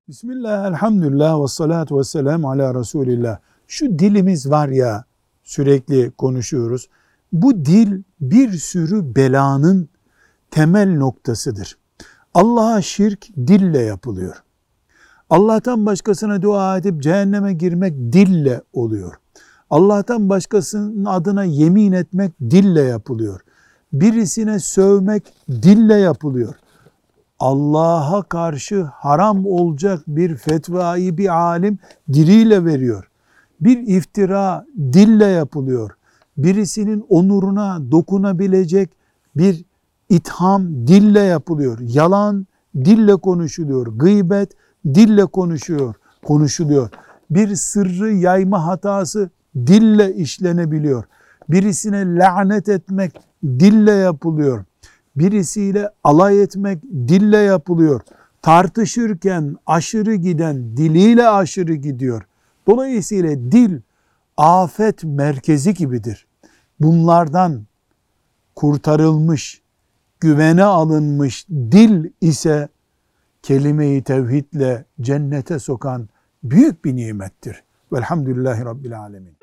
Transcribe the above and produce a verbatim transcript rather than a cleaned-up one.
Bismillah, elhamdülillah ve salatu ve selamu ala Resulillah. Şu dilimiz var ya, sürekli konuşuyoruz. Bu dil bir sürü belanın temel noktasıdır. Allah'a şirk dille yapılıyor. Allah'tan başkasına dua edip cehenneme girmek dille oluyor. Allah'tan başkasının adına yemin etmek dille yapılıyor. Birisine sövmek dille yapılıyor. Allah'a karşı haram olacak bir fetvayı bir alim diliyle veriyor. Bir iftira dille yapılıyor. Birisinin onuruna dokunabilecek bir itham dille yapılıyor. Yalan dille konuşuluyor. Gıybet dille konuşuyor, konuşuluyor. Bir sırrı yayma hatası dille işlenebiliyor. Birisine lanet etmek dille yapılıyor. Birisiyle alay etmek dille yapılıyor. Tartışırken aşırı giden diliyle aşırı gidiyor. Dolayısıyla dil afet merkezi gibidir. Bunlardan kurtarılmış, güvene alınmış dil ise kelime-i tevhidle cennete sokan büyük bir nimettir. Velhamdülillahi Rabbil alemin.